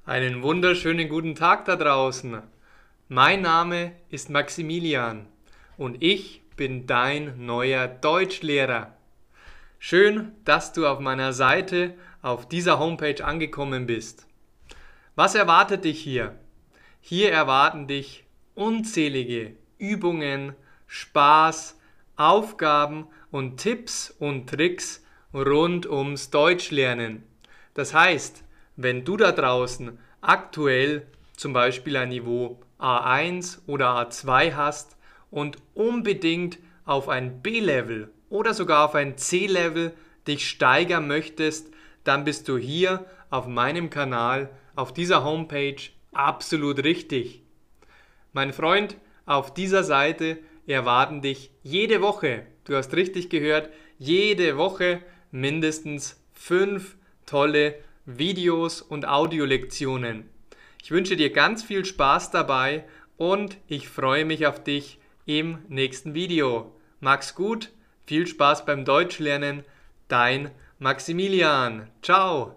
Einen wunderschönen guten Tag da draußen. Mein Name ist Maximilian und ich bin dein neuer Deutschlehrer. Schön, dass du auf meiner Seite auf dieser Homepage angekommen bist. Was erwartet dich hier? Hier erwarten dich unzählige Übungen, Spaß, Aufgaben und Tipps und Tricks rund ums Deutschlernen. Das heißt, wenn du da draußen aktuell zum Beispiel ein Niveau A1 oder A2 hast und unbedingt auf ein B-Level oder sogar auf ein C-Level dich steigern möchtest, dann bist du hier auf meinem Kanal, auf dieser Homepage absolut richtig. Mein Freund, auf dieser Seite erwarten dich jede Woche, du hast richtig gehört, jede Woche mindestens 5 tolle Videos und Audiolektionen. Ich wünsche dir ganz viel Spaß dabei und ich freue mich auf dich im nächsten Video. Mach's gut, viel Spaß beim Deutschlernen, dein Maximilian. Ciao!